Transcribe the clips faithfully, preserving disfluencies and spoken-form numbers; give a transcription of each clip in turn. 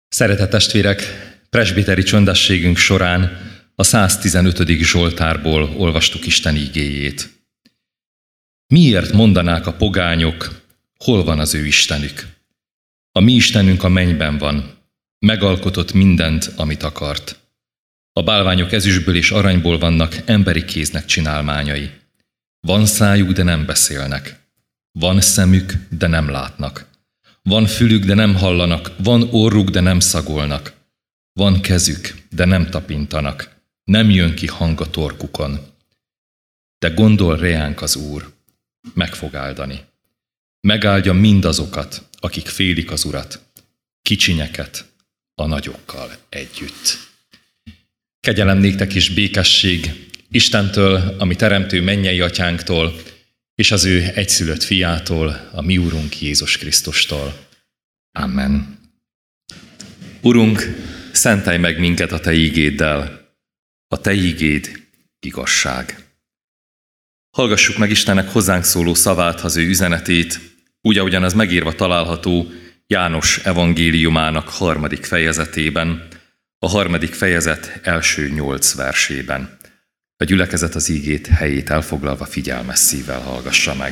Szeretett testvérek, presbiteri csöndességünk során a száztizenötödik Zsoltárból olvastuk Isten ígéjét. Miért mondanák a pogányok, hol van az ő Istenük? A mi Istenünk a mennyben van, megalkotott mindent, amit akart. A bálványok ezüstből és aranyból vannak, emberi kéznek csinálmányai. Van szájuk, de nem beszélnek. Van szemük, de nem látnak. Van fülük, de nem hallanak. Van orruk, de nem szagolnak. Van kezük, de nem tapintanak. Nem jön ki hang a torkukon. De gondol reánk az Úr, meg fog áldani. Megáldja mindazokat, akik félik az Urat, kicsinyeket a nagyokkal együtt. Kegyelem néktek és békesség Istentől, a mi teremtő mennyei atyánktól, és az ő egyszülött fiától, a mi Urunk Jézus Krisztustól. Amen. Urunk, szentelj meg minket a Te ígéddel, a Te ígéd igazság. Hallgassuk meg Istennek hozzánk szóló szavát, az ő üzenetét, úgy, ahogyan az megírva található János evangéliumának harmadik fejezetében, a harmadik fejezet első nyolc versében. A gyülekezet az ígét helyét elfoglalva figyelmes szívvel hallgassa meg.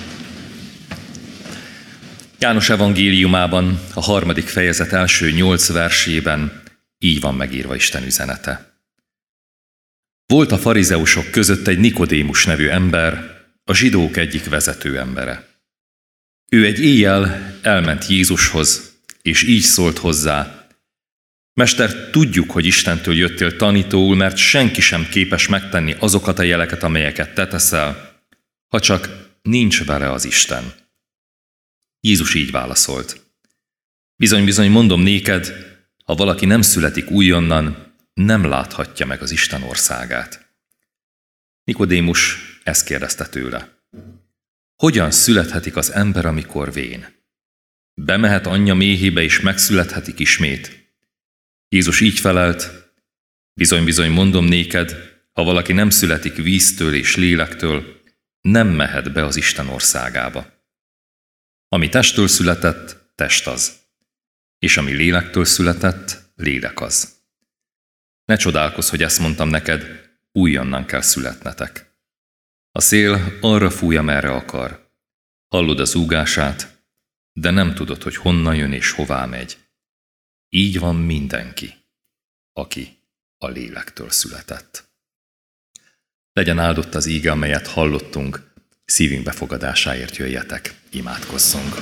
János evangéliumában, a harmadik fejezet első nyolc versében így van megírva Isten üzenete. Volt a farizeusok között egy Nikodémus nevű ember, a zsidók egyik vezető embere. Ő egy éjjel elment Jézushoz, és így szólt hozzá: Mester, tudjuk, hogy Istentől jöttél tanítóul, mert senki sem képes megtenni azokat a jeleket, amelyeket te teszel, ha csak nincs vele az Isten. Jézus így válaszolt: Bizony-bizony mondom néked, ha valaki nem születik újonnan, nem láthatja meg az Isten országát. Nikodémus ezt kérdezte tőle: Hogyan születhetik az ember, amikor vén? Bemehet anyja méhébe, és megszülethetik ismét? Jézus így felelt: Bizony-bizony mondom néked, ha valaki nem születik víztől és lélektől, nem mehet be az Isten országába. Ami testtől született, test az, és ami lélektől született, lélek az. Ne csodálkozz, hogy ezt mondtam neked, újonnan kell születnetek. A szél arra fúj, amerre akar. Hallod a zúgását, de nem tudod, hogy honnan jön és hová megy. Így van mindenki, aki a lélektől született. Legyen áldott az íge, amelyet hallottunk, szívünk befogadásáért jöjjetek, imádkozzunk.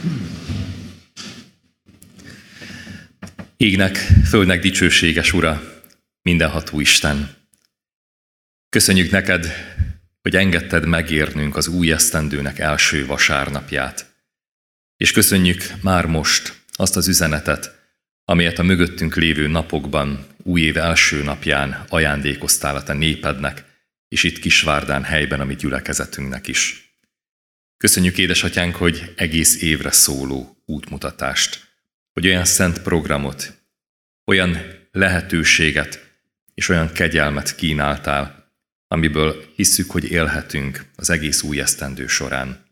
Égnek, földnek dicsőséges Ura, mindenható Isten. Köszönjük neked, hogy engedted megérnünk az új esztendőnek első vasárnapját. És köszönjük már most azt az üzenetet, amelyet a mögöttünk lévő napokban, új év első napján ajándékoztál a te népednek, és itt Kisvárdán helyben a mi gyülekezetünknek is. Köszönjük, édesatyánk, hogy egész évre szóló útmutatást, hogy olyan szent programot, olyan lehetőséget és olyan kegyelmet kínáltál, amiből hisszük, hogy élhetünk az egész új esztendő során.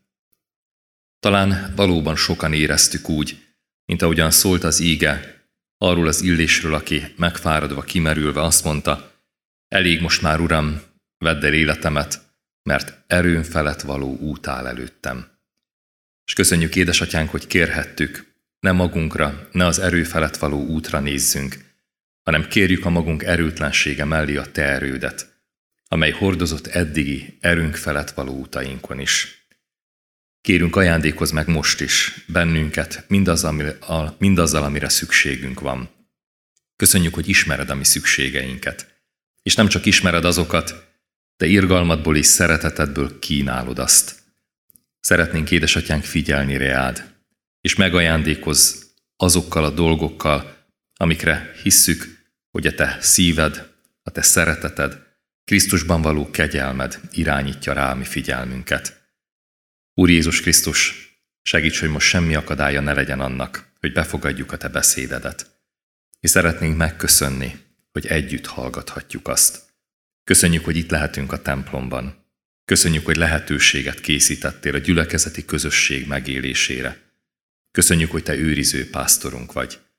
Talán valóban sokan éreztük úgy, mint ahogyan szólt az íge, arról az illésről, aki megfáradva, kimerülve azt mondta: Elég most már, Uram, vedd el életemet, mert erőn felett való út áll előttem. És köszönjük, édesatyánk, hogy kérhettük, ne magunkra, ne az erő felett való útra nézzünk, hanem kérjük a magunk erőtlensége mellé a te erődet, amely hordozott eddigi erőnk felett való utainkon is. Kérünk, ajándékozz meg most is bennünket mindazzal, mindazzal, amire szükségünk van. Köszönjük, hogy ismered a mi szükségeinket. És nem csak ismered azokat, de irgalmadból és szeretetedből kínálod azt. Szeretnénk, édesatyánk, figyelni reád, és megajándékozz azokkal a dolgokkal, amikre hisszük, hogy a te szíved, a te szereteted, Krisztusban való kegyelmed irányítja rá a mi figyelmünket. Úr Jézus Krisztus, segíts, hogy most semmi akadálya ne legyen annak, hogy befogadjuk a te beszédedet. És szeretnénk megköszönni, hogy együtt hallgathatjuk azt. Köszönjük, hogy itt lehetünk a templomban. Köszönjük, hogy lehetőséget készítettél a gyülekezeti közösség megélésére. Köszönjük, hogy te őriző pásztorunk vagy,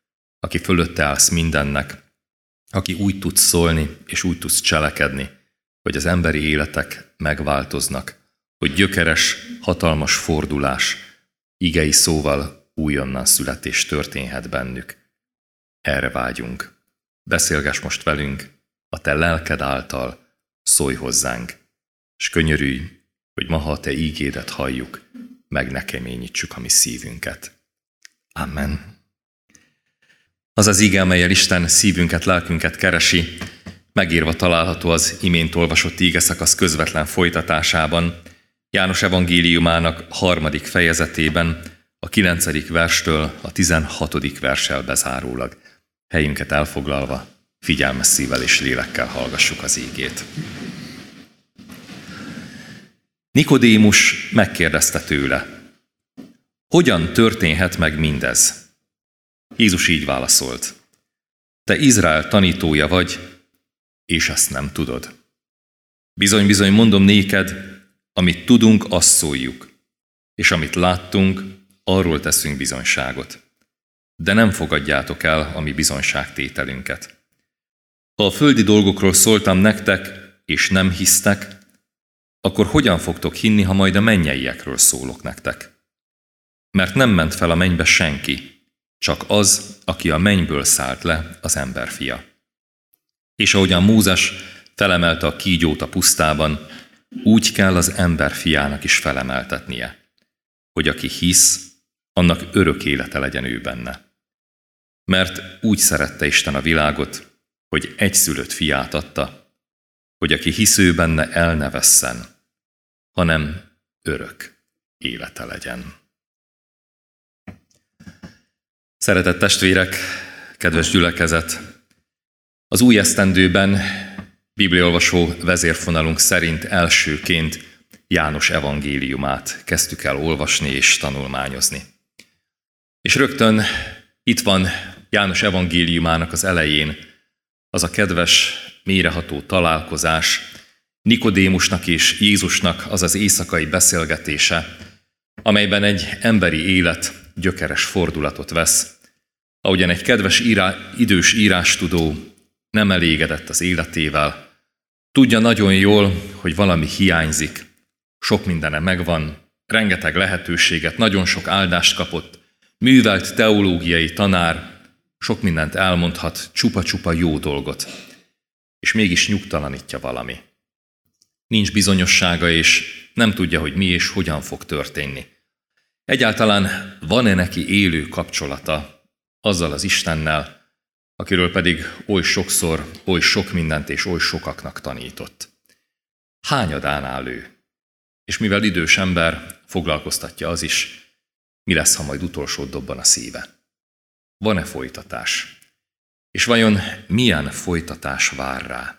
aki fölötte állsz mindennek, aki úgy tudsz szólni és úgy tudsz cselekedni, hogy az emberi életek megváltoznak, hogy gyökeres, hatalmas fordulás, igei szóval újonnan születés történhet bennük. Erre vágyunk. Beszélgess most velünk, a te lelked által szólj hozzánk, és könyörülj, hogy ma, ha a te ígédet halljuk, meg ne keményítsük a mi szívünket. Amen. Az az íge, amellyel Isten szívünket, lelkünket keresi, megírva található az imént olvasott ígeszakasz közvetlen folytatásában, János evangéliumának harmadik fejezetében, a kilencedik verstől a tizenhatodik verssel bezárólag. Helyünket elfoglalva, figyelmes szívvel és lélekkel hallgassuk az ígét. Nikodémus megkérdezte tőle, hogyan történhet meg mindez? Jézus így válaszolt, te Izrael tanítója vagy, és ezt nem tudod. Bizony-bizony mondom néked, amit tudunk, azt szóljuk, és amit láttunk, arról teszünk bizonyságot. De nem fogadjátok el a mi bizonyságtételünket. Ha a földi dolgokról szóltam nektek, és nem hisztek, akkor hogyan fogtok hinni, ha majd a mennyeiekről szólok nektek? Mert nem ment fel a mennybe senki, csak az, aki a mennyből szállt le, az emberfia. És ahogyan Mózes felemelte a kígyót a pusztában, úgy kell az emberfiának is felemeltetnie, hogy aki hisz, annak örök élete legyen ő benne. Mert úgy szerette Isten a világot, hogy egyszülött fiát adta, hogy aki hisz ő benne, el ne vesszen, hanem örök élete legyen. Szeretett testvérek, kedves gyülekezet! Az új esztendőben bibliaolvasó vezérfonalunk szerint elsőként János evangéliumát kezdtük el olvasni és tanulmányozni. És rögtön itt van János evangéliumának az elején az a kedves, mélyreható találkozás, Nikodémusnak és Jézusnak az az éjszakai beszélgetése, amelyben egy emberi élet gyökeres fordulatot vesz, ahogyan egy kedves írá, idős írástudó nem elégedett az életével, tudja nagyon jól, hogy valami hiányzik, sok mindene megvan, rengeteg lehetőséget, nagyon sok áldást kapott, művelt teológiai tanár, sok mindent elmondhat, csupa-csupa jó dolgot, és mégis nyugtalanítja valami. Nincs bizonyossága, és nem tudja, hogy mi és hogyan fog történni. Egyáltalán van-e neki élő kapcsolata azzal az Istennel, akiről pedig oly sokszor, oly sok mindent és oly sokaknak tanított. Hányadán áll ő? És mivel idős ember, foglalkoztatja az is, mi lesz, ha majd utolsót dobban a szíve. Van-e folytatás? És vajon milyen folytatás vár rá?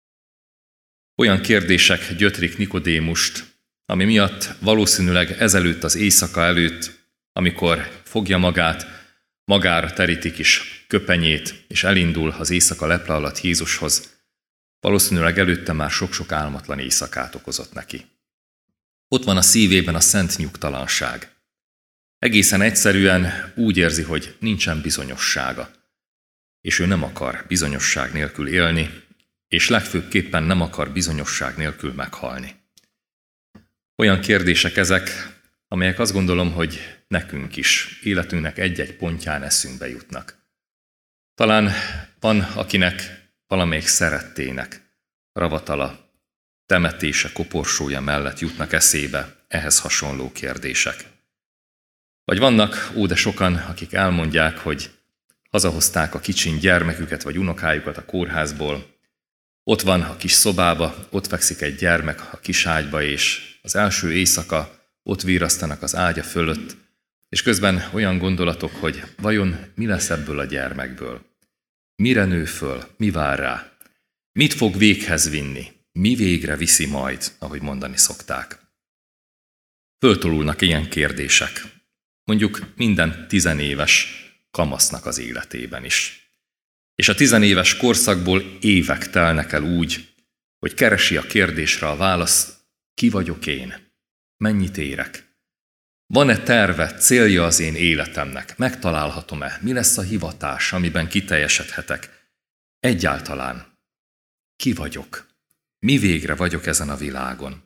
Olyan kérdések gyötrik Nikodémust, ami miatt valószínűleg ezelőtt az éjszaka előtt, amikor fogja magát, magára teríti kis köpenyét, és elindul az éjszaka leple alatt Jézushoz, valószínűleg előtte már sok-sok álmatlan éjszakát okozott neki. Ott van a szívében a szent nyugtalanság. Egészen egyszerűen úgy érzi, hogy nincsen bizonyossága, és ő nem akar bizonyosság nélkül élni, és legfőbbképpen nem akar bizonyosság nélkül meghalni. Olyan kérdések ezek, amelyek azt gondolom, hogy nekünk is életünknek egy-egy pontján eszünkbe jutnak. Talán van, akinek valamelyik szerettének ravatala, temetése, koporsója mellett jutnak eszébe ehhez hasonló kérdések. Vagy vannak, ó, de sokan, akik elmondják, hogy hazahozták a kicsin gyermeküket vagy unokájukat a kórházból, ott van a kis szobába, ott fekszik egy gyermek a kis ágyba, és az első éjszaka ott virrasztanak az ágya fölött, és közben olyan gondolatok, hogy vajon mi lesz ebből a gyermekből? Mire nő föl? Mi vár rá? Mit fog véghez vinni? Mi végre viszi majd, ahogy mondani szokták? Föltolulnak ilyen kérdések, mondjuk minden tizenéves kamasznak az életében is. És a tizenéves korszakból évek telnek el úgy, hogy keresi a kérdésre a választ, ki vagyok én? Mennyit érek? Van-e terve, célja az én életemnek? Megtalálhatom-e? Mi lesz a hivatás, amiben kiteljesedhetek? Egyáltalán ki vagyok? Mi végre vagyok ezen a világon?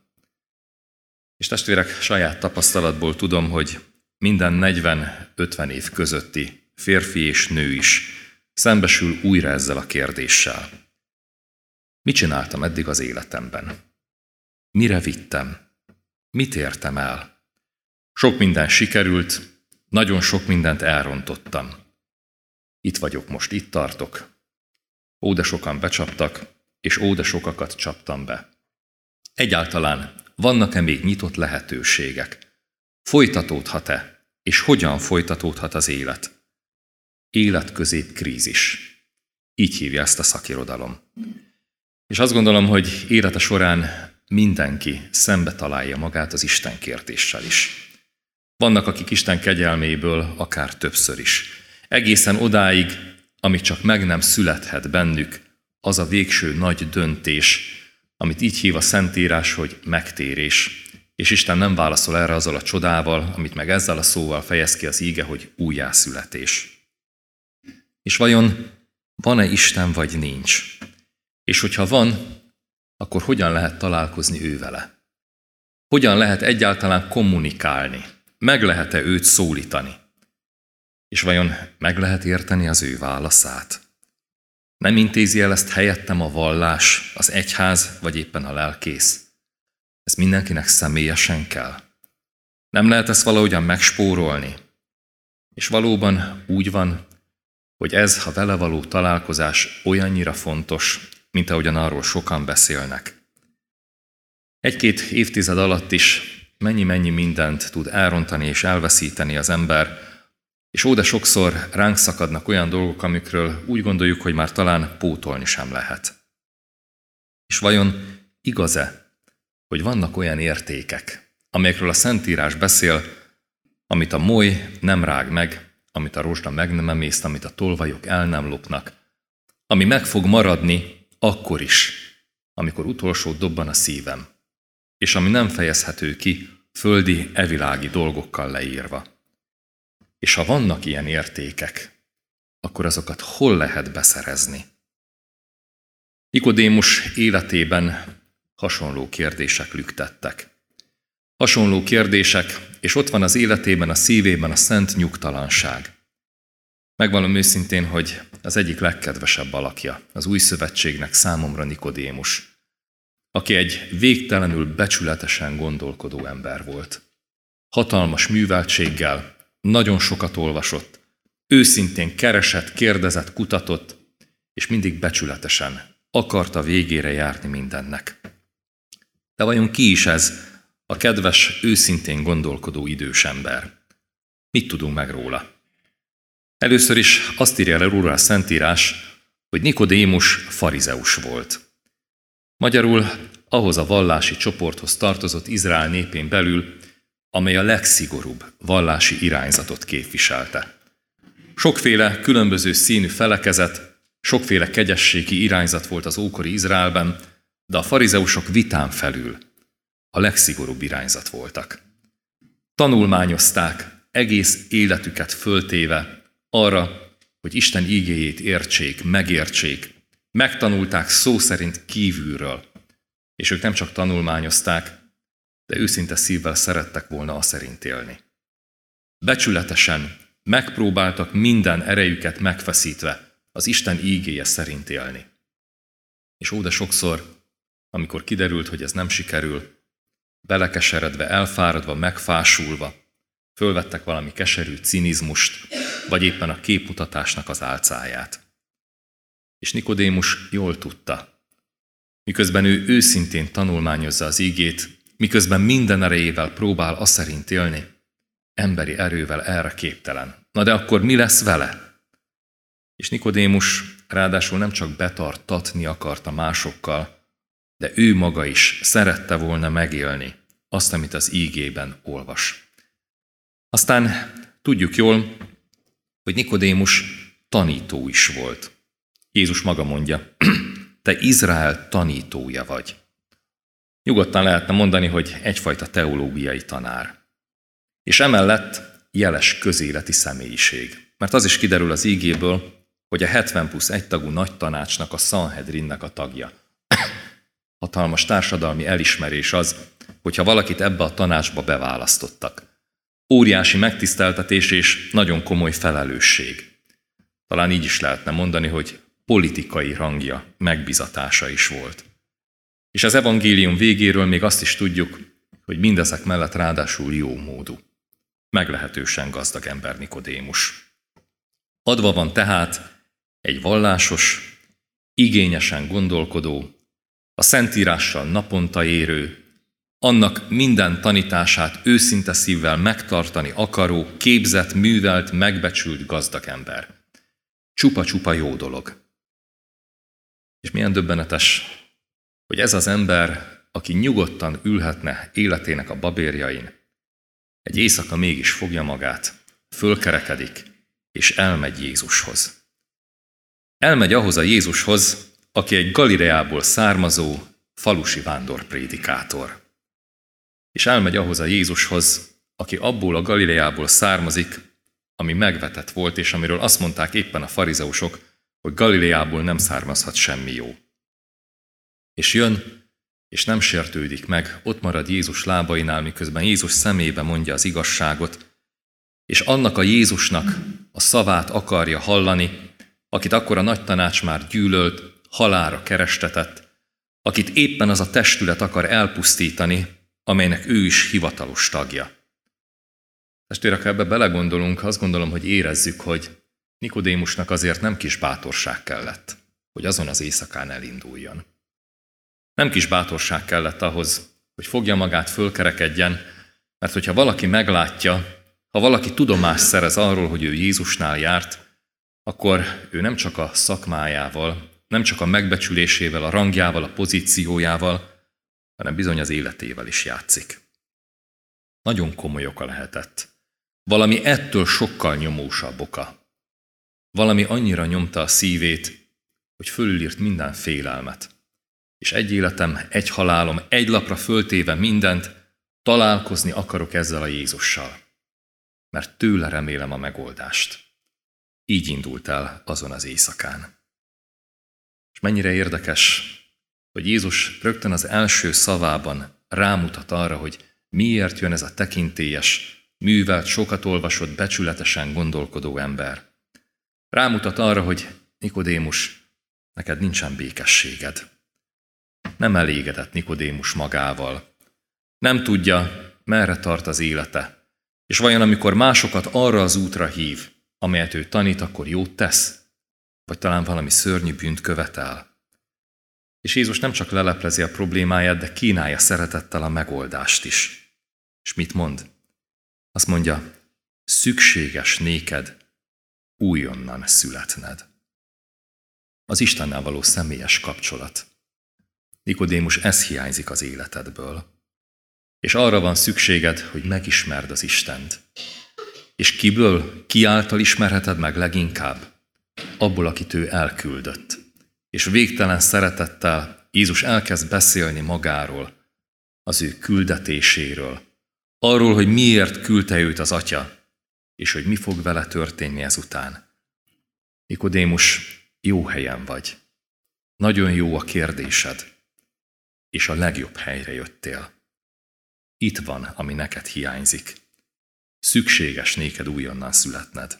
És testvérek, saját tapasztalatból tudom, hogy minden negyven-ötven év közötti férfi és nő is szembesül újra ezzel a kérdéssel. Mit csináltam eddig az életemben? Mire vittem? Mit értem el? Sok minden sikerült, nagyon sok mindent elrontottam. Itt vagyok most, itt tartok. Ó, de sokan becsaptak, és ó, de sokakat csaptam be. Egyáltalán vannak-e még nyitott lehetőségek? Folytatódhat-e, és hogyan folytatódhat az élet? Életközép krízis. Így hívja ezt a szakirodalom. És azt gondolom, hogy élete során mindenki szembe találja magát az Isten kérdéssel is. Vannak, akik Isten kegyelméből akár többször is. Egészen odáig, amíg csak meg nem születhet bennük az a végső nagy döntés, amit így hív a Szentírás, hogy megtérés. És Isten nem válaszol erre azzal a csodával, amit meg ezzel a szóval fejez ki az íge, hogy újjászületés. És vajon van-e Isten, vagy nincs? És hogyha van, akkor hogyan lehet találkozni ő vele? Hogyan lehet egyáltalán kommunikálni? Meg lehet-e őt szólítani? És vajon meg lehet érteni az ő válaszát? Nem intézi el ezt helyettem a vallás, az egyház, vagy éppen a lelkész? Ez mindenkinek személyesen kell. Nem lehet ezt valahogyan megspórolni? És valóban úgy van, hogy ez a vele való találkozás olyannyira fontos, mint ahogyan arról sokan beszélnek. Egy-két évtized alatt is mennyi-mennyi mindent tud elrontani és elveszíteni az ember, és ó, de sokszor ránk szakadnak olyan dolgok, amikről úgy gondoljuk, hogy már talán pótolni sem lehet. És vajon igaz-e, hogy vannak olyan értékek, amelyekről a Szentírás beszél, amit a moly nem rág meg, amit a rozsda meg nem emészt, amit a tolvajok el nem lopnak, ami meg fog maradni akkor is, amikor utolsó dobban a szívem, és ami nem fejezhető ki földi, evilági dolgokkal leírva. És ha vannak ilyen értékek, akkor azokat hol lehet beszerezni? Nikodémus életében hasonló kérdések lüktettek. Hasonló kérdések, és ott van az életében, a szívében a szent nyugtalanság. Megvallom őszintén, hogy az egyik legkedvesebb alakja az új szövetségnek számomra Nikodémus, aki egy végtelenül becsületesen gondolkodó ember volt. Hatalmas műveltséggel, nagyon sokat olvasott, őszintén keresett, kérdezett, kutatott, és mindig becsületesen akarta végére járni mindennek. De vajon ki is ez a kedves, őszintén gondolkodó idős ember? Mit tudunk meg róla? Először is azt írja le róla a Szentírás, hogy Nikodémus farizeus volt. Magyarul ahhoz a vallási csoporthoz tartozott Izrael népén belül, amely a legszigorúbb vallási irányzatot képviselte. Sokféle különböző színű felekezet, sokféle kegyességi irányzat volt az ókori Izraelben, de a farizeusok vitán felül a legszigorúbb irányzat voltak. Tanulmányozták egész életüket föltéve arra, hogy Isten ígéjét értsék, megértsék, megtanulták szó szerint kívülről, és ők nem csak tanulmányozták, de őszinte szívvel szerettek volna azt szerint élni. Becsületesen megpróbáltak minden erejüket megfeszítve az Isten ígéje szerint élni. És ó, de sokszor, amikor kiderült, hogy ez nem sikerül, belekeseredve, elfáradva, megfásulva, fölvettek valami keserű cinizmust, vagy éppen a képmutatásnak az álcáját. És Nikodémus jól tudta, miközben ő őszintén tanulmányozza az ígét, miközben minden erejével próbál azt szerint élni, emberi erővel erre képtelen. Na de akkor mi lesz vele? És Nikodémus ráadásul nem csak betartatni akarta másokkal, de ő maga is szerette volna megélni azt, amit az ígében olvas. Aztán tudjuk jól, hogy Nikodémus tanító is volt. Jézus maga mondja, te Izrael tanítója vagy. Nyugodtan lehetne mondani, hogy egyfajta teológiai tanár. És emellett jeles közéleti személyiség. Mert az is kiderül az ígéből, hogy a hetven plusz egy tagú nagy tanácsnak, a Sanhedrinnek a tagja. Hatalmas társadalmi elismerés az, hogyha valakit ebbe a tanácsba beválasztottak. Óriási megtiszteltetés és nagyon komoly felelősség. Talán így is lehetne mondani, hogy politikai rangja, megbizatása is volt. És az evangélium végéről még azt is tudjuk, hogy mindezek mellett ráadásul jó módú. Meglehetősen gazdag ember Nikodémus. Adva van tehát egy vallásos, igényesen gondolkodó, a Szentírással naponta érő, annak minden tanítását őszinte szívvel megtartani akaró, képzett, művelt, megbecsült gazdag ember. Csupa-csupa jó dolog. És milyen döbbenetes, hogy ez az ember, aki nyugodtan ülhetne életének a babérjain, egy éjszaka mégis fogja magát, fölkerekedik, és elmegy Jézushoz. Elmegy ahhoz a Jézushoz, aki egy Galileából származó falusi vándorprédikátor. És elmegy ahhoz a Jézushoz, aki abból a Galileából származik, ami megvetett volt, és amiről azt mondták éppen a farizeusok, hogy Galileából nem származhat semmi jó. És jön, és nem sértődik meg, ott marad Jézus lábainál, miközben Jézus szemébe mondja az igazságot, és annak a Jézusnak a szavát akarja hallani, akit akkor a nagy tanács már gyűlölt, halálra kerestetett, akit éppen az a testület akar elpusztítani, amelynek ő is hivatalos tagja. Testvérek, ha ebbe belegondolunk, azt gondolom, hogy érezzük, hogy Nikodémusnak azért nem kis bátorság kellett, hogy azon az éjszakán elinduljon. Nem kis bátorság kellett ahhoz, hogy fogja magát, fölkerekedjen, mert hogyha valaki meglátja, ha valaki tudomást szerez arról, hogy ő Jézusnál járt, akkor ő nem csak a szakmájával, nem csak a megbecsülésével, a rangjával, a pozíciójával, hanem bizony az életével is játszik. Nagyon komoly oka lehetett. Valami ettől sokkal nyomósabb oka. Valami annyira nyomta a szívét, hogy fölülírt minden félelmet. És egy életem, egy halálom, egy lapra föltéve mindent, találkozni akarok ezzel a Jézussal. Mert tőle remélem a megoldást. Így indult el azon az éjszakán. És mennyire érdekes, hogy Jézus rögtön az első szavában rámutat arra, hogy miért jön ez a tekintélyes, művelt, sokat olvasott, becsületesen gondolkodó ember. Rámutat arra, hogy Nikodémus, neked nincsen békességed. Nem elégedett Nikodémus magával. Nem tudja, merre tart az élete. És vajon amikor másokat arra az útra hív, amelyet ő tanít, akkor jót tesz? Vagy talán valami szörnyű bűnt követel? És Jézus nem csak leleplezi a problémáját, de kínálja szeretettel a megoldást is. És mit mond? Azt mondja, szükséges néked újonnan születned. Az Istennel való személyes kapcsolat. Nikodémus, ez hiányzik az életedből. És arra van szükséged, hogy megismerd az Istent. És kiből, ki által ismerheted meg leginkább? Abból, akit ő elküldött. És végtelen szeretettel Jézus elkezd beszélni magáról, az ő küldetéséről, arról, hogy miért küldte őt az Atya, és hogy mi fog vele történni ezután. Nikodémus, jó helyen vagy. Nagyon jó a kérdésed, és a legjobb helyre jöttél. Itt van, ami neked hiányzik. Szükséges néked újonnan születned.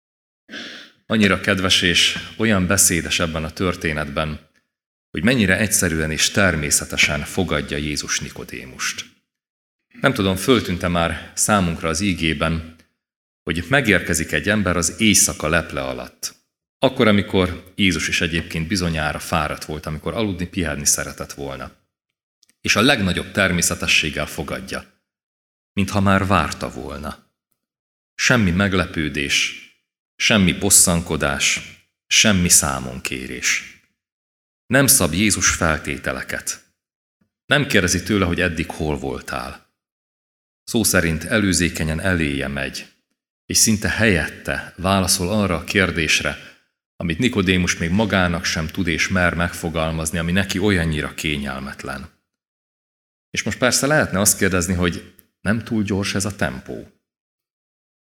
Annyira kedves és olyan beszédes ebben a történetben, hogy mennyire egyszerűen és természetesen fogadja Jézus Nikodémust. Nem tudom, föltűnt-e már számunkra az ígében, hogy megérkezik egy ember az éjszaka leple alatt. Akkor, amikor Jézus is egyébként bizonyára fáradt volt, amikor aludni, pihenni szeretett volna. És a legnagyobb természetességgel fogadja, mintha már várta volna. Semmi meglepődés, semmi bosszankodás, semmi számonkérés. Nem szab Jézus feltételeket. Nem kérdezi tőle, hogy eddig hol voltál. Szó szerint előzékenyen eléje megy, és szinte helyette válaszol arra a kérdésre, amit Nikodémus még magának sem tud és mer megfogalmazni, ami neki olyannyira kényelmetlen. És most persze lehetne azt kérdezni, hogy nem túl gyors ez a tempó.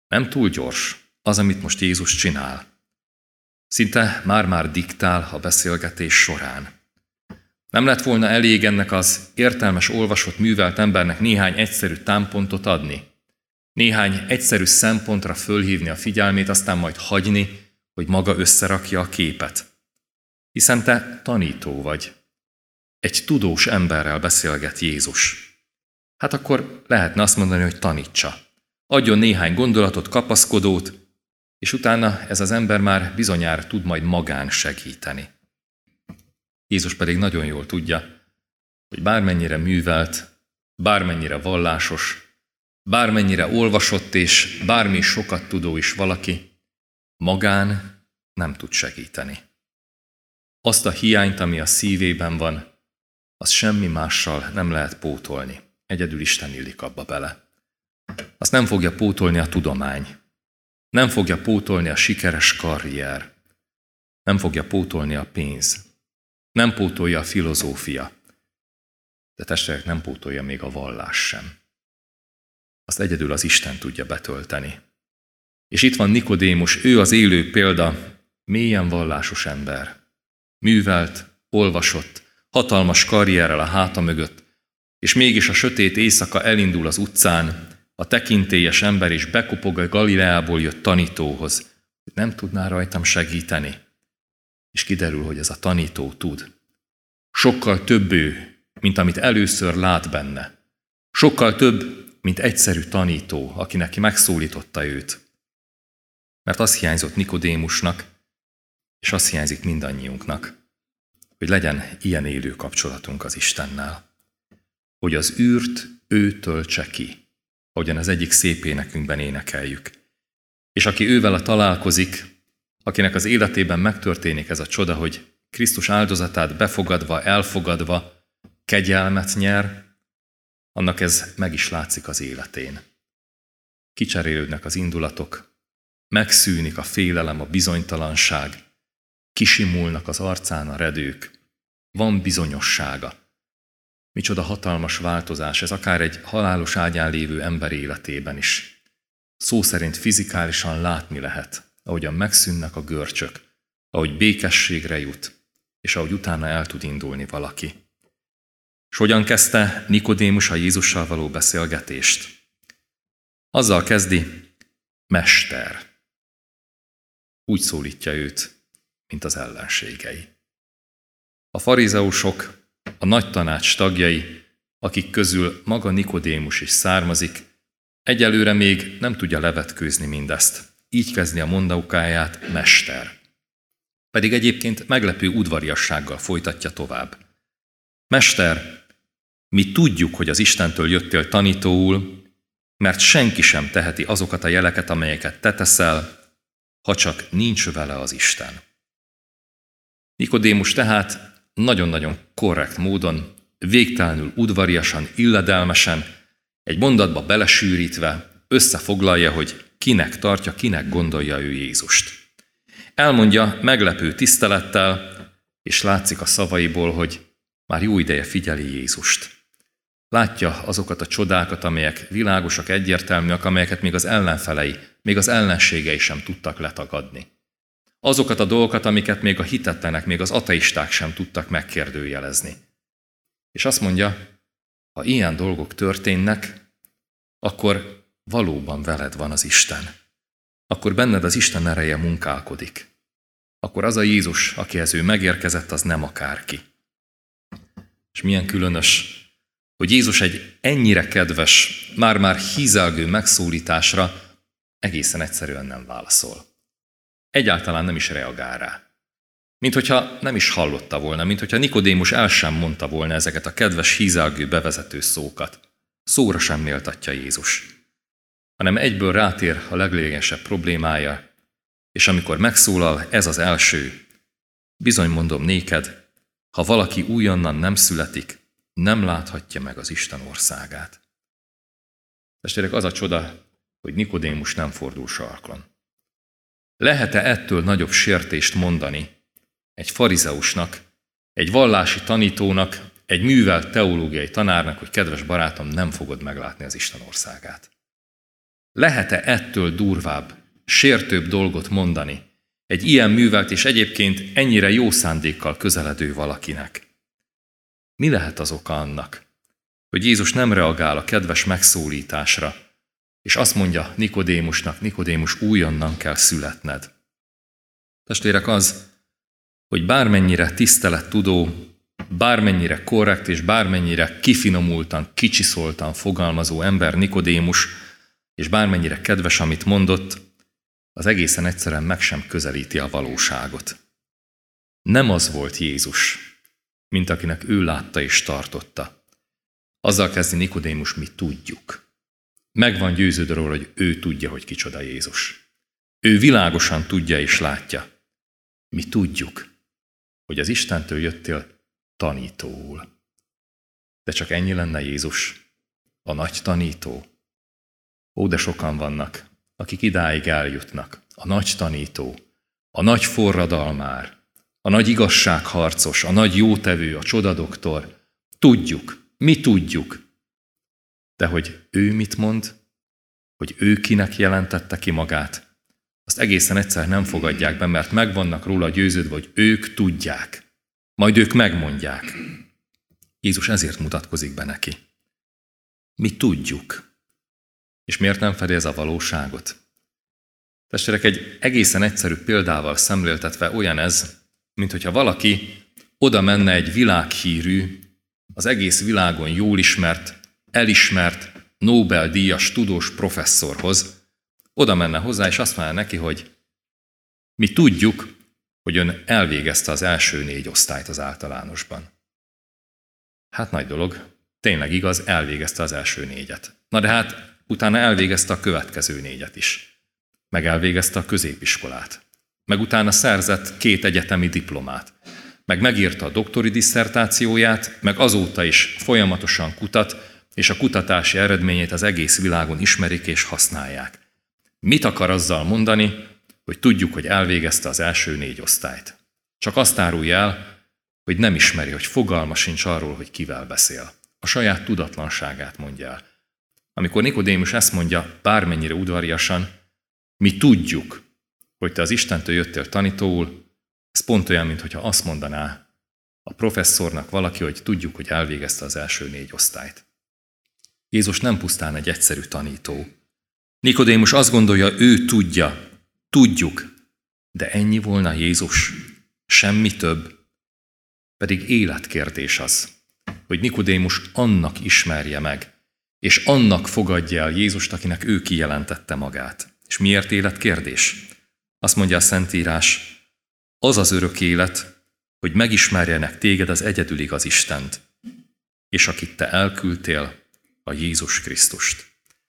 Nem túl gyors az, amit most Jézus csinál. Szinte már-már diktál a beszélgetés során. Nem lett volna elég ennek az értelmes, olvasott, művelt embernek néhány egyszerű támpontot adni, néhány egyszerű szempontra fölhívni a figyelmét, aztán majd hagyni, hogy maga összerakja a képet. Hiszen te tanító vagy. Egy tudós emberrel beszélget Jézus. Hát akkor lehetne azt mondani, hogy tanítsa. Adjon néhány gondolatot, kapaszkodót, és utána ez az ember már bizonyára tud majd magán segíteni. Jézus pedig nagyon jól tudja, hogy bármennyire művelt, bármennyire vallásos, bármennyire olvasott és bármi sokat tudó is valaki, magán nem tud segíteni. Azt a hiányt, ami a szívében van, az semmi mással nem lehet pótolni. Egyedül Isten illik abba bele. Azt nem fogja pótolni a tudomány. Nem fogja pótolni a sikeres karrier. Nem fogja pótolni a pénz. Nem pótolja a filozófia. De testvérek, nem pótolja még a vallás sem. Azt egyedül az Isten tudja betölteni. És itt van Nikodémus, ő az élő példa, mélyen vallásos ember. Művelt, olvasott, hatalmas karrierrel a háta mögött, és mégis a sötét éjszaka elindul az utcán, a tekintélyes ember is bekopog a Galileából jött tanítóhoz. Nem tudná rajtam segíteni. És kiderül, hogy ez a tanító tud. Sokkal több ő, mint amit először lát benne. Sokkal több, mint egyszerű tanító, akinek megszólította őt. Mert az hiányzott Nikodémusnak, és az hiányzik mindannyiunknak, hogy legyen ilyen élő kapcsolatunk az Istennel. Hogy az űrt ő töltse ki, ahogyan az egyik szép énekünkben énekeljük. És aki ővele találkozik, akinek az életében megtörténik ez a csoda, hogy Krisztus áldozatát befogadva, elfogadva, kegyelmet nyer, annak ez meg is látszik az életén. Kicserélődnek az indulatok, megszűnik a félelem, a bizonytalanság, kisimulnak az arcán a redők, van bizonyossága. Micsoda hatalmas változás, ez akár egy halálos ágyán lévő ember életében is. Szó szerint fizikálisan látni lehet, ahogyan megszűnnek a görcsök, ahogy békességre jut, és ahogy utána el tud indulni valaki. És hogyan kezdte Nikodémus a Jézussal való beszélgetést? Azzal kezdi, mester. Úgy szólítja őt, mint az ellenségei. A farizeusok, a nagy tanács tagjai, akik közül maga Nikodémus is származik, egyelőre még nem tudja levetkőzni mindezt. Így kezdi a mondaukáját, mester. Pedig egyébként meglepő udvariassággal folytatja tovább. Mester, mi tudjuk, hogy az Istentől jöttél tanítóul, mert senki sem teheti azokat a jeleket, amelyeket te teszel, ha csak nincs vele az Isten. Nikodémus tehát nagyon-nagyon korrekt módon, végtelenül udvariasan, illedelmesen, egy mondatba belesűrítve összefoglalja, hogy kinek tartja, kinek gondolja ő Jézust. Elmondja meglepő tisztelettel, és látszik a szavaiból, hogy már jó ideje figyeli Jézust. Látja azokat a csodákat, amelyek világosak, egyértelműek, amelyeket még az ellenfelei, még az ellenségei sem tudtak letagadni. Azokat a dolgokat, amiket még a hitetlenek, még az ateisták sem tudtak megkérdőjelezni. És azt mondja, ha ilyen dolgok történnek, akkor valóban veled van az Isten. Akkor benned az Isten ereje munkálkodik. Akkor az a Jézus, akihez ő megérkezett, az nem akárki. És milyen különös, hogy Jézus egy ennyire kedves, már-már hízelgő megszólításra egészen egyszerűen nem válaszol. Egyáltalán nem is reagál rá. Mint hogyha nem is hallotta volna, mint hogyha Nikodémus el sem mondta volna ezeket a kedves, hízelgő bevezető szókat. Szóra sem méltatja Jézus, hanem egyből rátér a leglényegesebb problémája, és amikor megszólal, ez az első, bizony mondom néked, ha valaki újonnan nem születik, nem láthatja meg az Isten országát. Testvérek, az a csoda, hogy Nikodémus nem fordul sarkon. Lehet-e ettől nagyobb sértést mondani egy farizeusnak, egy vallási tanítónak, egy művelt teológiai tanárnak, hogy kedves barátom, nem fogod meglátni az Isten országát? Lehet-e ettől durvább, sértőbb dolgot mondani egy ilyen művelt és egyébként ennyire jó szándékkal közeledő valakinek? Mi lehet az oka annak, hogy Jézus nem reagál a kedves megszólításra, és azt mondja Nikodémusnak: Nikodémus, újonnan kell születned? Testvérek, az, hogy bármennyire tisztelettudó, bármennyire korrekt és bármennyire kifinomultan, kicsiszoltan fogalmazó ember Nikodémus, és bármennyire kedves, amit mondott, az egészen egyszerűen meg sem közelíti a valóságot. Nem az volt Jézus, mint akinek ő látta és tartotta. Azzal kezdi Nikodémus: mi tudjuk. Meg van győződve róla, hogy ő tudja, hogy kicsoda Jézus. Ő világosan tudja és látja. Mi tudjuk, hogy az Istentől jöttél tanítóul. De csak ennyi lenne Jézus, a nagy tanító? Ó, de sokan vannak, akik idáig eljutnak. A nagy tanító, a nagy forradalmár, a nagy igazságharcos, a nagy jótevő, a csodadoktor. Tudjuk, mi tudjuk. De hogy ő mit mond, hogy ő kinek jelentette ki magát, azt egészen egyszer nem fogadják be, mert meg vannak róla győződve, hogy ők tudják. Majd ők megmondják. Jézus ezért mutatkozik be neki. Mi tudjuk. És miért nem fedi ez a valóságot? Testvérek, egy egészen egyszerű példával szemléltetve olyan ez, mint hogyha valaki oda menne egy világhírű, az egész világon jól ismert, elismert, Nobel-díjas tudós professzorhoz, oda menne hozzá, és azt mondja neki, hogy mi tudjuk, hogy ön elvégezte az első négy osztályt az általánosban. Hát nagy dolog, tényleg igaz, elvégezte az első négyet. Na de hát utána elvégezte a következő négyet is. Meg elvégezte a középiskolát. Meg utána szerzett két egyetemi diplomát. Meg megírta a doktori disszertációját, meg azóta is folyamatosan kutat, és a kutatási eredményét az egész világon ismerik és használják. Mit akar azzal mondani, hogy tudjuk, hogy elvégezte az első négy osztályt? Csak azt árulja el, hogy nem ismeri, hogy fogalma sincs arról, hogy kivel beszél. A saját tudatlanságát mondja el. Amikor Nikodémus ezt mondja, bármennyire udvariasan, mi tudjuk, hogy te az Istentől jöttél tanítóul, ez pont olyan, mintha azt mondaná a professzornak valaki, hogy tudjuk, hogy elvégezte az első négy osztályt. Jézus nem pusztán egy egyszerű tanító. Nikodémus azt gondolja, ő tudja, tudjuk, de ennyi volna Jézus, semmi több. Pedig életkérdés az, hogy Nikodémus annak ismerje meg, és annak fogadja el Jézust, akinek ő kijelentette magát. És miért életkérdés? Azt mondja a Szentírás, az az örök élet, hogy megismerjenek téged az egyedül igaz Istent, és akit te elküldtél, a Jézus Krisztust.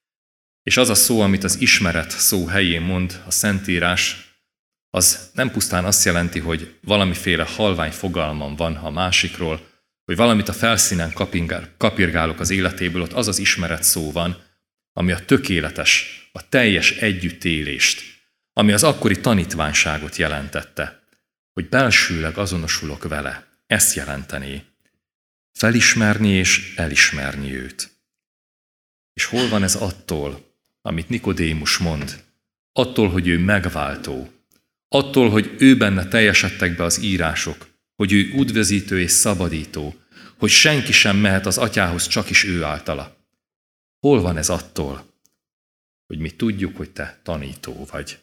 És az a szó, amit az ismeret szó helyén mond a Szentírás, az nem pusztán azt jelenti, hogy valamiféle halvány fogalmam van a másikról, hogy valamit a felszínen kapirgálok az életéből, ott az az ismeret szó van, ami a tökéletes, a teljes együttélést, ami az akkori tanítványságot jelentette, hogy belsőleg azonosulok vele, ezt jelentené. Felismerni és elismerni őt. És hol van ez attól, amit Nikodémus mond? Attól, hogy ő megváltó. Attól, hogy ő benne teljesedtek be az írások, hogy ő üdvözítő és szabadító, hogy senki sem mehet az atyához, csak is ő általa. Hol van ez attól, hogy mi tudjuk, hogy te tanító vagy?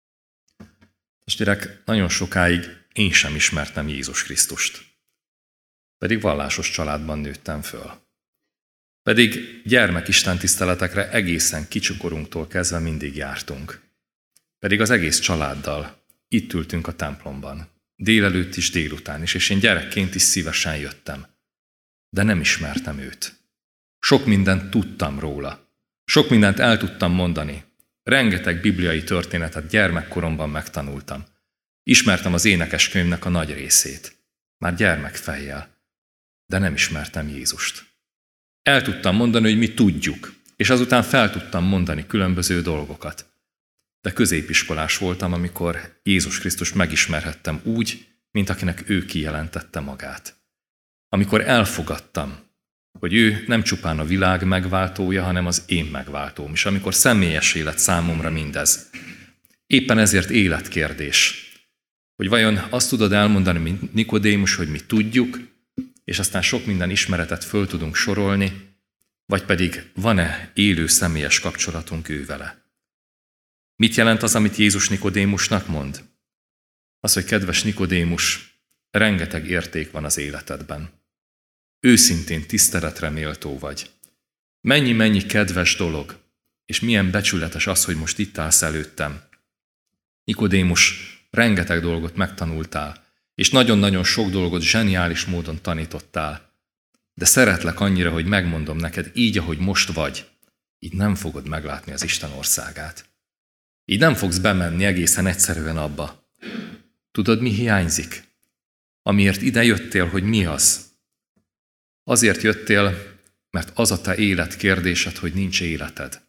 Testvérek, nagyon sokáig én sem ismertem Jézus Krisztust. Pedig vallásos családban nőttem föl. Pedig gyermekistentiszteletekre egészen kicsikorunktól kezdve mindig jártunk. Pedig az egész családdal itt ültünk a templomban. Délelőtt is, délután is, és én gyerekként is szívesen jöttem. De nem ismertem őt. Sok mindent tudtam róla. Sok mindent el tudtam mondani. Rengeteg bibliai történetet gyermekkoromban megtanultam. Ismertem az énekeskönyvnek a nagy részét. Már gyermekfejjel. De nem ismertem Jézust. El tudtam mondani, hogy mi tudjuk, és azután fel tudtam mondani különböző dolgokat. De középiskolás voltam, amikor Jézus Krisztust megismerhettem úgy, mint akinek ő kijelentette magát. Amikor elfogadtam, hogy ő nem csupán a világ megváltója, hanem az én megváltóm. És amikor személyes élet számomra mindez, éppen ezért életkérdés, hogy vajon azt tudod elmondani, mint Nikodémus, hogy mi tudjuk, és aztán sok minden ismeretet föl tudunk sorolni, vagy pedig van-e élő személyes kapcsolatunk ő vele? Mit jelent az, amit Jézus Nikodémusnak mond? Az, hogy kedves Nikodémus, rengeteg érték van az életedben. Őszintén tiszteletre méltó vagy. Mennyi-mennyi kedves dolog, és milyen becsületes az, hogy most itt állsz előttem. Nikodémus, rengeteg dolgot megtanultál, és nagyon-nagyon sok dolgot zseniális módon tanítottál. De szeretlek annyira, hogy megmondom neked, így, ahogy most vagy, így nem fogod meglátni az Isten országát. Így nem fogsz bemenni egészen egyszerűen abba. Tudod, mi hiányzik? Amiért ide jöttél, hogy mi az? Azért jöttél, mert az a te életkérdésed, hogy nincs életed.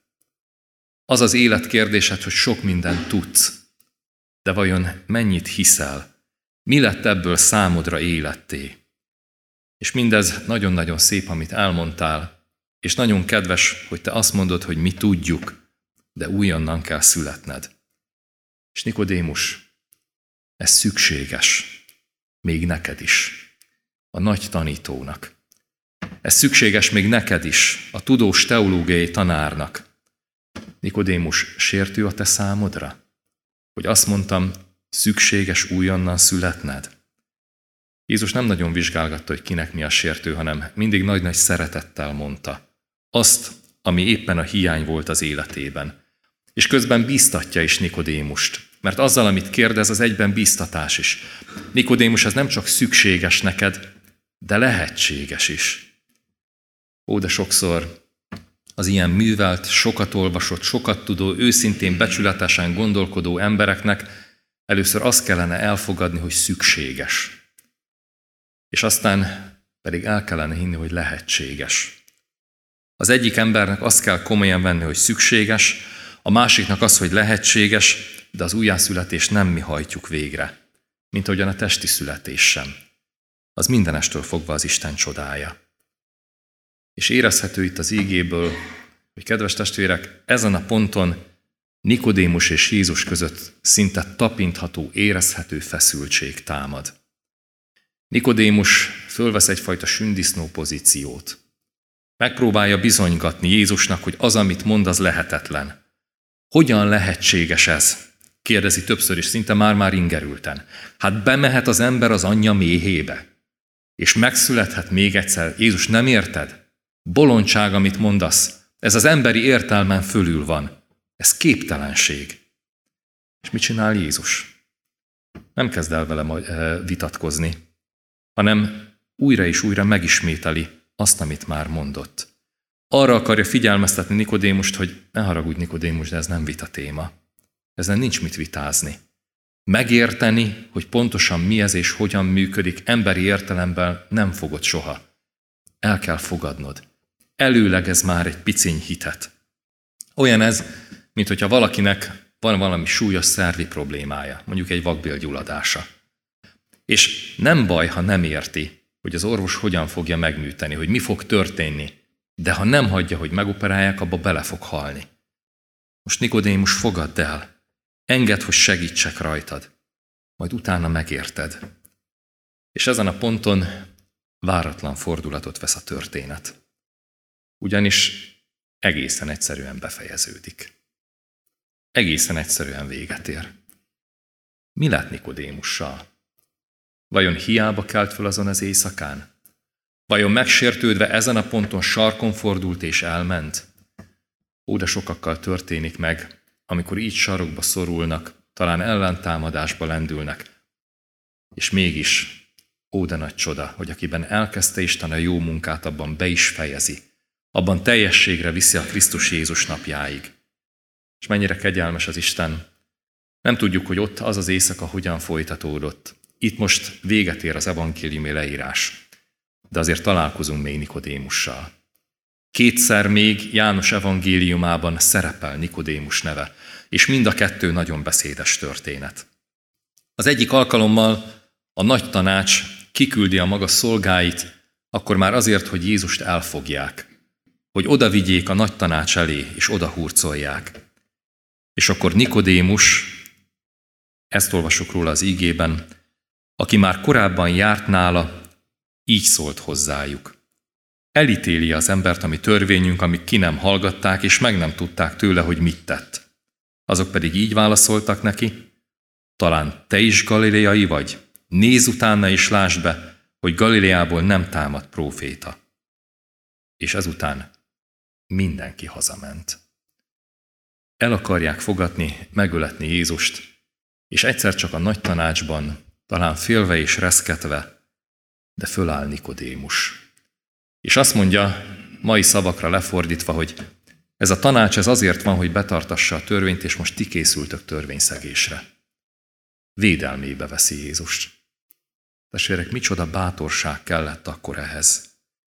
Az az életkérdésed, hogy sok mindent tudsz. De vajon mennyit hiszel? Mi lett ebből számodra életté? És mindez nagyon-nagyon szép, amit elmondtál, és nagyon kedves, hogy te azt mondod, hogy mi tudjuk, de újonnan kell születned. És Nikodémus, ez szükséges, még neked is, a nagy tanítónak. Ez szükséges még neked is, a tudós teológiai tanárnak. Nikodémus, sértő a te számodra? Hogy azt mondtam, szükséges újonnan születned? Jézus nem nagyon vizsgálgatta, hogy kinek mi a sértő, hanem mindig nagy-nagy szeretettel mondta. Azt, ami éppen a hiány volt az életében. És közben bíztatja is Nikodémust, mert azzal, amit kérdez, az egyben bíztatás is. Nikodémus, ez nem csak szükséges neked, de lehetséges is. Ó, de sokszor az ilyen művelt, sokat olvasott, sokat tudó, őszintén becsületesen gondolkodó embereknek először azt kellene elfogadni, hogy szükséges. És aztán pedig el kellene hinni, hogy lehetséges. Az egyik embernek azt kell komolyan venni, hogy szükséges, a másiknak az, hogy lehetséges, de az újjászületést nem mi hajtjuk végre, mint ahogyan a testi születés sem. Az mindenestől fogva az Isten csodája. És érezhető itt az ígéből, hogy kedves testvérek, ezen a ponton Nikodémus és Jézus között szinte tapintható, érezhető feszültség támad. Nikodémus fölvesz egyfajta sündisznó pozíciót. Megpróbálja bizonygatni Jézusnak, hogy az, amit mond, az lehetetlen. Hogyan lehetséges ez? Kérdezi többször is, szinte már-már ingerülten. Hát bemehet az ember az anyja méhébe, és megszülethet még egyszer. Jézus, nem érted? Bolondság, amit mondasz. Ez az emberi értelmen fölül van. Ez képtelenség. És mit csinál Jézus? Nem kezd el vele vitatkozni, hanem újra és újra megismételi azt, amit már mondott. Arra akarja figyelmeztetni Nikodémust, hogy ne haragudj, Nikodémus, de ez nem vita téma. Ezen nincs mit vitázni. Megérteni, hogy pontosan mi ez és hogyan működik, emberi értelemben nem fogod soha. El kell fogadnod. Előlegez már egy piciny hitet. Olyan ez, mint hogyha valakinek van valami súlyos szervi problémája, mondjuk egy vakbélgyulladása. És nem baj, ha nem érti, hogy az orvos hogyan fogja megműteni, hogy mi fog történni, de ha nem hagyja, hogy megoperálják, abba bele fog halni. Most Nikodémus, fogadd el, engedd, hogy segítsek rajtad, majd utána megérted. És ezen a ponton váratlan fordulatot vesz a történet. Ugyanis egészen egyszerűen befejeződik. Egészen egyszerűen véget ér. Mi lett Nikodémussal? Vajon hiába kelt föl azon az éjszakán? Vajon megsértődve ezen a ponton sarkon fordult és elment? Ó, de sokakkal történik meg, amikor így sarokba szorulnak, talán ellentámadásba lendülnek. És mégis, ó, de nagy csoda, hogy akiben elkezdte Isten a jó munkát, abban be is fejezi. Abban teljességre viszi a Krisztus Jézus napjáig. És mennyire kegyelmes az Isten. Nem tudjuk, hogy ott az az éjszaka hogyan folytatódott. Itt most véget ér az evangéliumi leírás. De azért találkozunk még Nikodémussal. Kétszer még János evangéliumában szerepel Nikodémus neve, és mind a kettő nagyon beszédes történet. Az egyik alkalommal a nagy tanács kiküldi a maga szolgáit, akkor már azért, hogy Jézust elfogják, hogy oda vigyék a nagy tanács elé, és oda hurcolják. És akkor Nikodémus, ezt olvasok róla az ígében, aki már korábban járt nála, így szólt hozzájuk. Elítéli az embert, ami törvényünk, amik ki nem hallgatták, és meg nem tudták tőle, hogy mit tett. Azok pedig így válaszoltak neki, talán te is galileai vagy? Nézz utána és lásd be, hogy Galileából nem támad próféta. És ezután mindenki hazament. El akarják fogadni, megöletni Jézust, és egyszer csak a nagy tanácsban, talán félve és reszketve, de föláll Nikodémus. És azt mondja, mai szavakra lefordítva, hogy ez a tanács ez azért van, hogy betartassa a törvényt, és most ti készültök törvényszegésre. Védelmébe veszi Jézust. Testvérek, micsoda bátorság kellett akkor ehhez.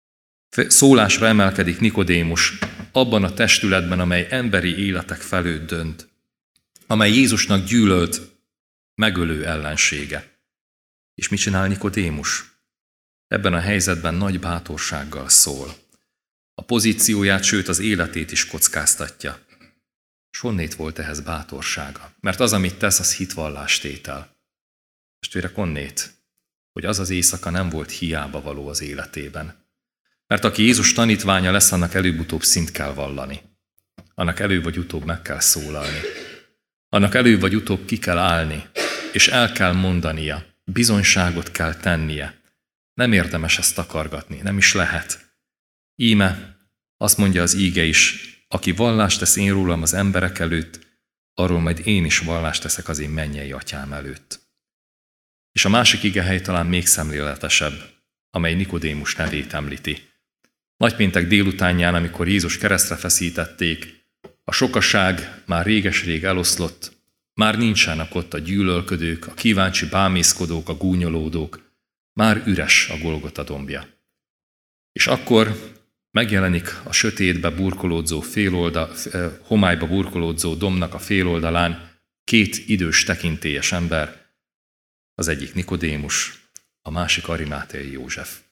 Szólásra emelkedik Nikodémus abban a testületben, amely emberi életek felől dönt, amely Jézusnak gyűlölt, megölő ellensége. És mit csinál Nikodémus? Ebben a helyzetben nagy bátorsággal szól. A pozícióját, sőt az életét is kockáztatja. És honnét volt ehhez bátorsága? Mert az, amit tesz, az hitvallástétel. Testvérek, honnét? Hogy az az éjszaka nem volt hiába való az életében. Mert aki Jézus tanítványa lesz, annak előbb-utóbb szint kell vallani. Annak előbb vagy utóbb meg kell szólalni. Annak előbb vagy utóbb ki kell állni, és el kell mondania, bizonyságot kell tennie. Nem érdemes ezt takargatni, nem is lehet. Íme, azt mondja az íge is, aki vallást tesz én rólam az emberek előtt, arról majd én is vallást teszek az én mennyei atyám előtt. És a másik igehely talán még szemléletesebb, amely Nikodémus nevét említi. Nagypéntek délutánján, amikor Jézus keresztre feszítették, a sokaság már réges-rég eloszlott, már nincsenek ott a gyűlölködők, a kíváncsi bámészkodók, a gúnyolódók, már üres a Golgota dombja. És akkor megjelenik a sötétbe burkolódzó féloldal, homályba burkolódzó dombnak a féloldalán két idős tekintélyes ember, az egyik Nikodémus, a másik Arimáteai József.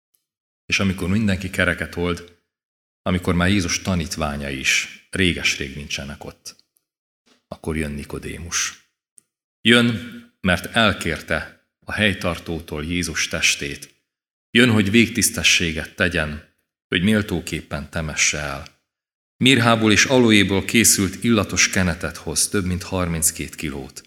És amikor mindenki kereket old, amikor már Jézus tanítványa is réges-rég nincsenek ott, akkor jön Nikodémus. Jön, mert elkérte a helytartótól Jézus testét. Jön, hogy végtisztességet tegyen, hogy méltóképpen temesse el. Mirhából és aloéból készült illatos kenetet hoz, több mint harminckét kilót.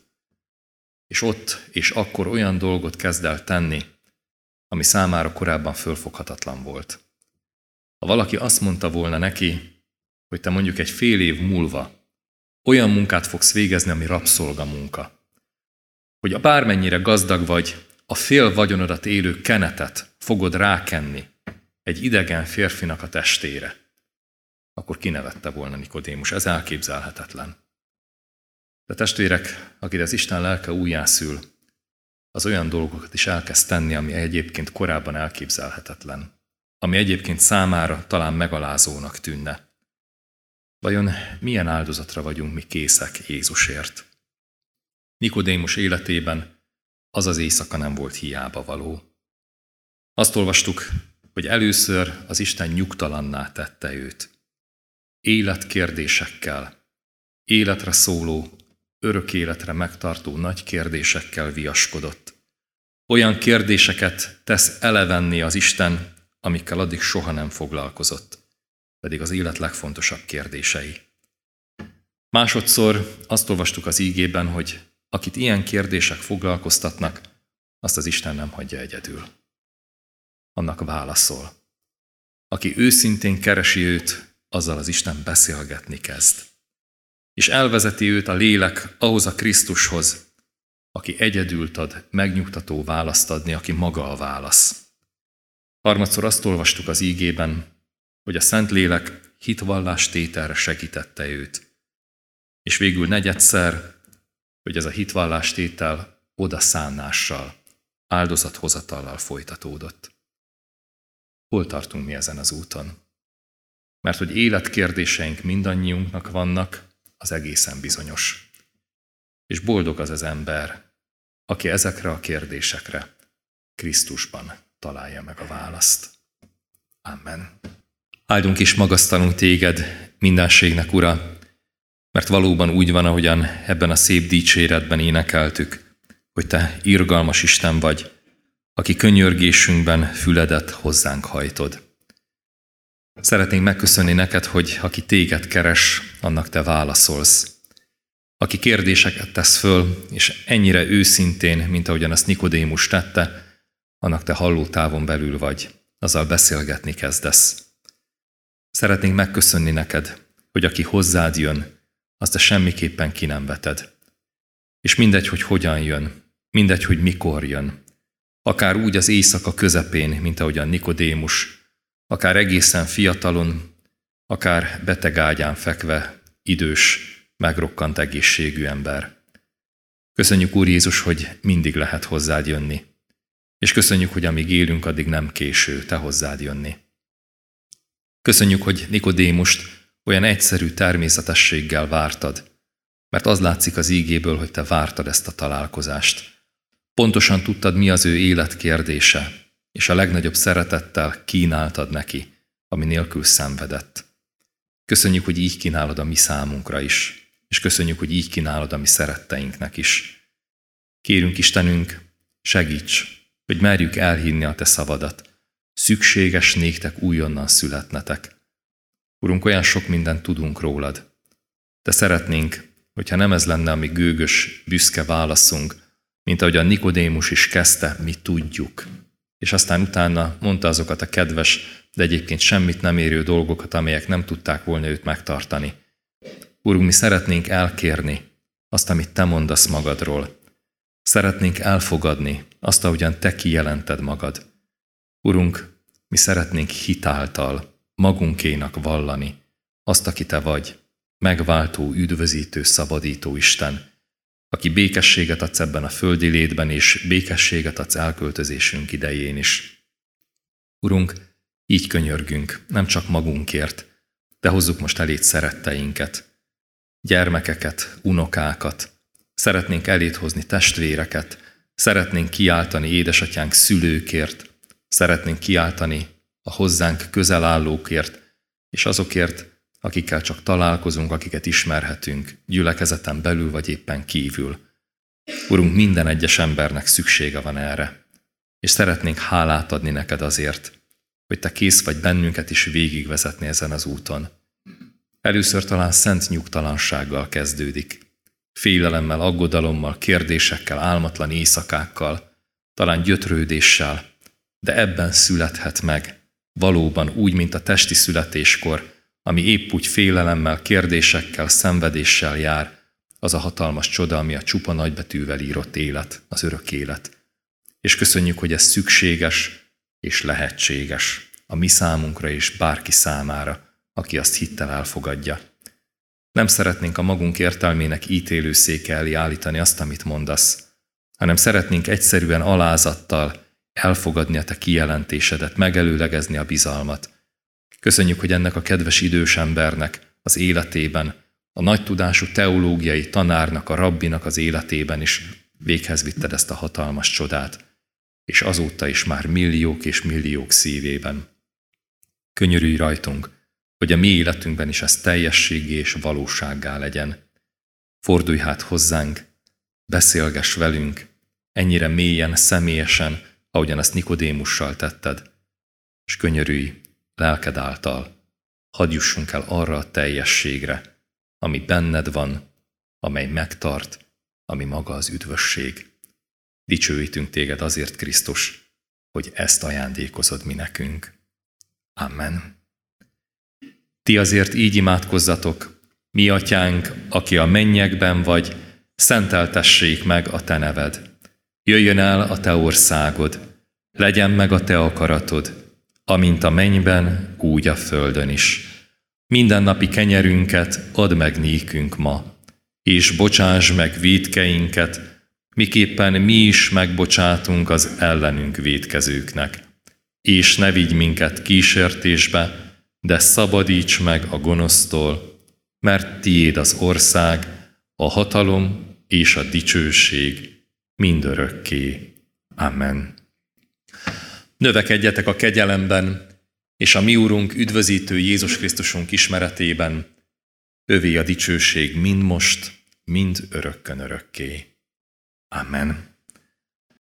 És ott és akkor olyan dolgot kezd el tenni, ami számára korábban fölfoghatatlan volt. Ha valaki azt mondta volna neki, hogy te mondjuk egy fél év múlva olyan munkát fogsz végezni, ami rabszolga munka, hogy a bármennyire gazdag vagy, a fél vagyonodat élő kenetet fogod rákenni egy idegen férfinak a testére, akkor kinevette volna Nikodémus. Ez elképzelhetetlen. De testvérek, akire az Isten lelke újjászül, az olyan dolgokat is elkezd tenni, ami egyébként korábban elképzelhetetlen, ami egyébként számára talán megalázónak tűnne. Vajon milyen áldozatra vagyunk mi készek Jézusért? Nikodémus életében az az éjszaka nem volt hiába való. Azt olvastuk, hogy először az Isten nyugtalanná tette őt. Életkérdésekkel, életre szóló, örök életre megtartó nagy kérdésekkel viaskodott. Olyan kérdéseket tesz elevenni az Isten, amikkel addig soha nem foglalkozott, pedig az élet legfontosabb kérdései. Másodszor azt olvastuk az ígében, hogy akit ilyen kérdések foglalkoztatnak, azt az Isten nem hagyja egyedül. Annak válaszol. Aki őszintén keresi őt, azzal az Isten beszélgetni kezd. És elvezeti őt a lélek ahhoz a Krisztushoz, aki egyedül tud megnyugtató választ adni, aki maga a válasz. Harmadszor azt olvastuk az ígében, hogy a Szentlélek hitvallástételre segítette őt. És végül negyedszer, hogy ez a hitvallástétel odaszánnással, áldozathozatallal folytatódott. Hol tartunk mi ezen az úton? Mert hogy életkérdéseink mindannyiunknak vannak, az egészen bizonyos. És boldog az az ember, aki ezekre a kérdésekre Krisztusban találja meg a választ. Amen. Áldunk és magasztalunk téged, mindenségnek Ura, mert valóban úgy van, ahogyan ebben a szép dicséretben énekeltük, hogy te irgalmas Isten vagy, aki könyörgésünkben füledet hozzánk hajtod. Szeretnénk megköszönni neked, hogy aki téged keres, annak te válaszolsz. Aki kérdéseket tesz föl, és ennyire őszintén, mint ahogyan azt Nikodémus tette, annak te hallótávon belül vagy, azzal beszélgetni kezdesz. Szeretnénk megköszönni neked, hogy aki hozzád jön, azt te semmiképpen ki nem veted. És mindegy, hogy hogyan jön, mindegy, hogy mikor jön, akár úgy az éjszaka közepén, mint ahogyan Nikodémus, akár egészen fiatalon, akár beteg ágyán fekve, idős, megrokkant egészségű ember. Köszönjük, Úr Jézus, hogy mindig lehet hozzád jönni. És köszönjük, hogy amíg élünk, addig nem késő te hozzád jönni. Köszönjük, hogy Nikodémust olyan egyszerű természetességgel vártad, mert az látszik az ígéből, hogy te vártad ezt a találkozást. Pontosan tudtad, mi az ő életkérdése, és a legnagyobb szeretettel kínáltad neki, ami nélkül szenvedett. Köszönjük, hogy így kínálod a mi számunkra is, és köszönjük, hogy így kínálod a mi szeretteinknek is. Kérünk, Istenünk, segíts, hogy merjük elhinni a te szavadat. Szükséges néktek újonnan születnetek. Urunk, olyan sok mindent tudunk rólad. De szeretnénk, hogyha nem ez lenne a mi gőgös, büszke válaszunk, mint ahogy a Nikodémus is kezdte, mi tudjuk. És aztán utána mondta azokat a kedves, de egyébként semmit nem érő dolgokat, amelyek nem tudták volna őt megtartani. Urunk, mi szeretnénk elkérni azt, amit te mondasz magadról. Szeretnénk elfogadni azt, ahogyan te kijelented magad. Urunk, mi szeretnénk hitáltal magunkénak vallani azt, aki te vagy, megváltó, üdvözítő, szabadító Isten, aki békességet adsz ebben a földi létben, és békességet adsz elköltözésünk idején is. Urunk, így könyörgünk, nem csak magunkért, de hozzuk most eléd szeretteinket, gyermekeket, unokákat, szeretnénk eléd hozni testvéreket, szeretnénk kiáltani édesatyánk szülőkért, szeretnénk kiáltani a hozzánk közel állókért, és azokért, akikkel csak találkozunk, akiket ismerhetünk, gyülekezeten belül vagy éppen kívül. Urunk, minden egyes embernek szüksége van erre, és szeretnénk hálát adni neked azért, hogy te kész vagy bennünket is végigvezetni ezen az úton. Először talán szent nyugtalansággal kezdődik, félelemmel, aggodalommal, kérdésekkel, álmatlan éjszakákkal, talán gyötrődéssel, de ebben születhet meg, valóban úgy, mint a testi születéskor, ami épp úgy félelemmel, kérdésekkel, szenvedéssel jár, az a hatalmas csoda, ami a csupa nagybetűvel írott élet, az örök élet. És köszönjük, hogy ez szükséges és lehetséges a mi számunkra és bárki számára, aki azt hittel elfogadja. Nem szeretnénk a magunk értelmének ítélőszéke elé állítani azt, amit mondasz, hanem szeretnénk egyszerűen alázattal elfogadni a te kijelentésedet, megelőlegezni a bizalmat. Köszönjük, hogy ennek a kedves idős embernek az életében, a nagy tudású teológiai tanárnak, a rabbinak az életében is véghez vitted ezt a hatalmas csodát, és azóta is már milliók és milliók szívében. Könyörülj rajtunk, hogy a mi életünkben is ez teljességgé és valósággá legyen. Fordulj hát hozzánk, beszélgess velünk, ennyire mélyen, személyesen, ahogyan azt Nikodémussal tetted, és könyörülj lelked által, hadd jussunk el arra a teljességre, ami benned van, amely megtart, ami maga az üdvösség. Dicsőítünk téged azért, Krisztus, hogy ezt ajándékozod mi nekünk. Amen. Ti azért így imádkozzatok, mi atyánk, aki a mennyekben vagy, szenteltessék meg a te neved. Jöjjön el a te országod, legyen meg a te akaratod, amint a mennyben, úgy a földön is. Mindennapi kenyerünket add meg nékünk ma, és bocsáss meg vétkeinket, miképpen mi is megbocsátunk az ellenünk vétkezőknek. És ne vigy minket kísértésbe, de szabadíts meg a gonosztól, mert tiéd az ország, a hatalom és a dicsőség mindörökké. Amen. Növekedjetek a kegyelemben, és a mi Úrunk, üdvözítő Jézus Krisztusunk ismeretében övé a dicsőség mind most, mind örökkön örökké. Amen.